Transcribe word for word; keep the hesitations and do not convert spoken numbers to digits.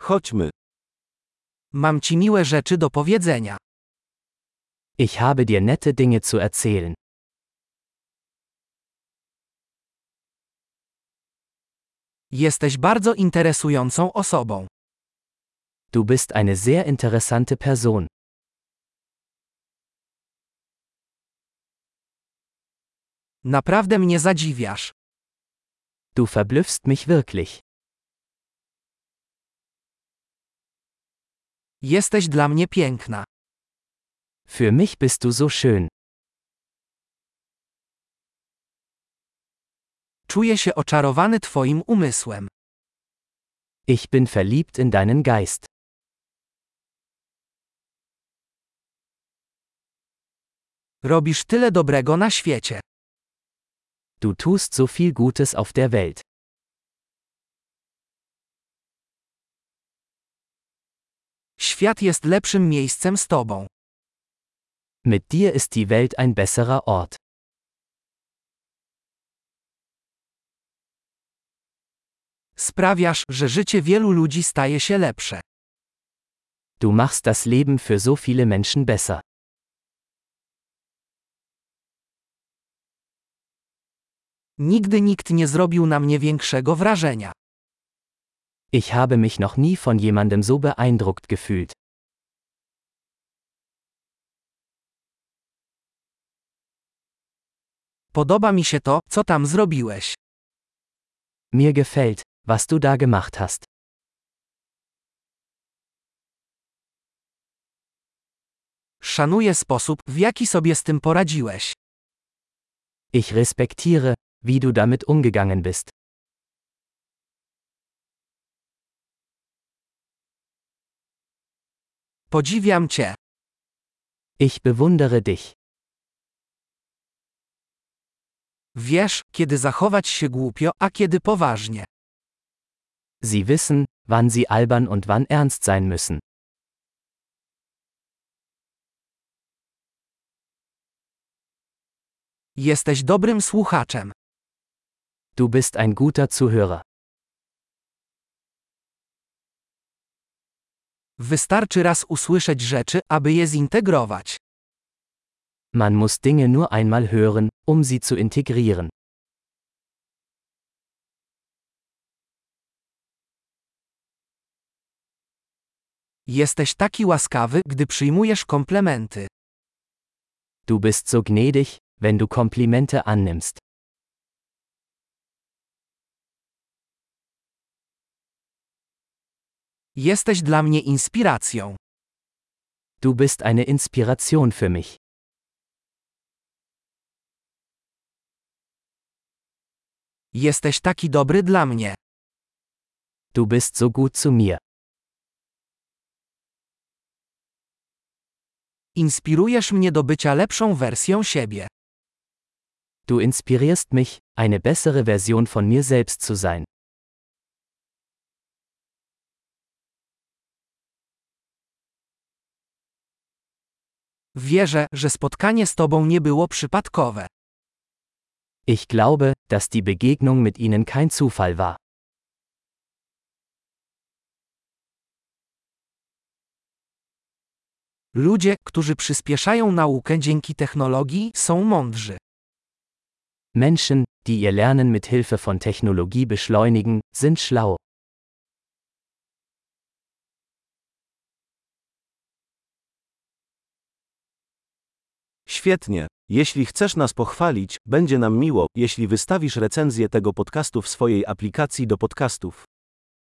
Chodźmy. Mam ci miłe rzeczy do powiedzenia. Ich habe dir nette Dinge zu erzählen. Jesteś bardzo interesującą osobą. Du bist eine sehr interessante Person. Naprawdę mnie zadziwiasz. Du verblüffst mich wirklich. Jesteś dla mnie piękna. Für mich bist du so schön. Czuję się oczarowany twoim umysłem. Ich bin verliebt in deinen Geist. Robisz tyle dobrego na świecie. Du tust so viel Gutes auf der Welt. Świat jest lepszym miejscem z tobą. Mit dir ist die Welt ein besserer Ort. Sprawiasz, że życie wielu ludzi staje się lepsze. Du machst das Leben für so viele Menschen besser. Nigdy nikt nie zrobił na mnie większego wrażenia. Ich habe mich noch nie von jemandem so beeindruckt gefühlt. Podoba mi się to, co tam zrobiłeś. Mir gefällt, was du da gemacht hast. Szanuję sposób, w jaki sobie z tym poradziłeś. Ich respektiere, wie du damit umgegangen bist. Podziwiam cię. Ich bewundere dich. Wiesz, kiedy zachować się głupio, a kiedy poważnie. Sie wissen, wann sie albern und wann ernst sein müssen. Jesteś dobrym słuchaczem. Du bist ein guter Zuhörer. Wystarczy raz usłyszeć rzeczy, aby je zintegrować. Man muss Dinge nur einmal hören, um sie zu integrieren. Jesteś taki łaskawy, gdy przyjmujesz komplementy. Du bist so gnädig, wenn du Komplimente annimmst. Jesteś dla mnie inspiracją. Du bist eine Inspiration für mich. Jesteś taki dobry dla mnie. Du bist so gut zu mir. Inspirujesz mnie do bycia lepszą wersją siebie. Du inspirierst mich, eine bessere Version von mir selbst zu sein. Wierzę, że spotkanie z tobą nie było przypadkowe. Ich glaube, dass die Begegnung mit ihnen kein Zufall war. Ludzie, którzy przyspieszają naukę dzięki technologii, są mądrzy. Menschen, die ihr Lernen mit Hilfe von Technologie beschleunigen, sind schlau. Świetnie. Jeśli chcesz nas pochwalić, będzie nam miło, jeśli wystawisz recenzję tego podcastu w swojej aplikacji do podcastów.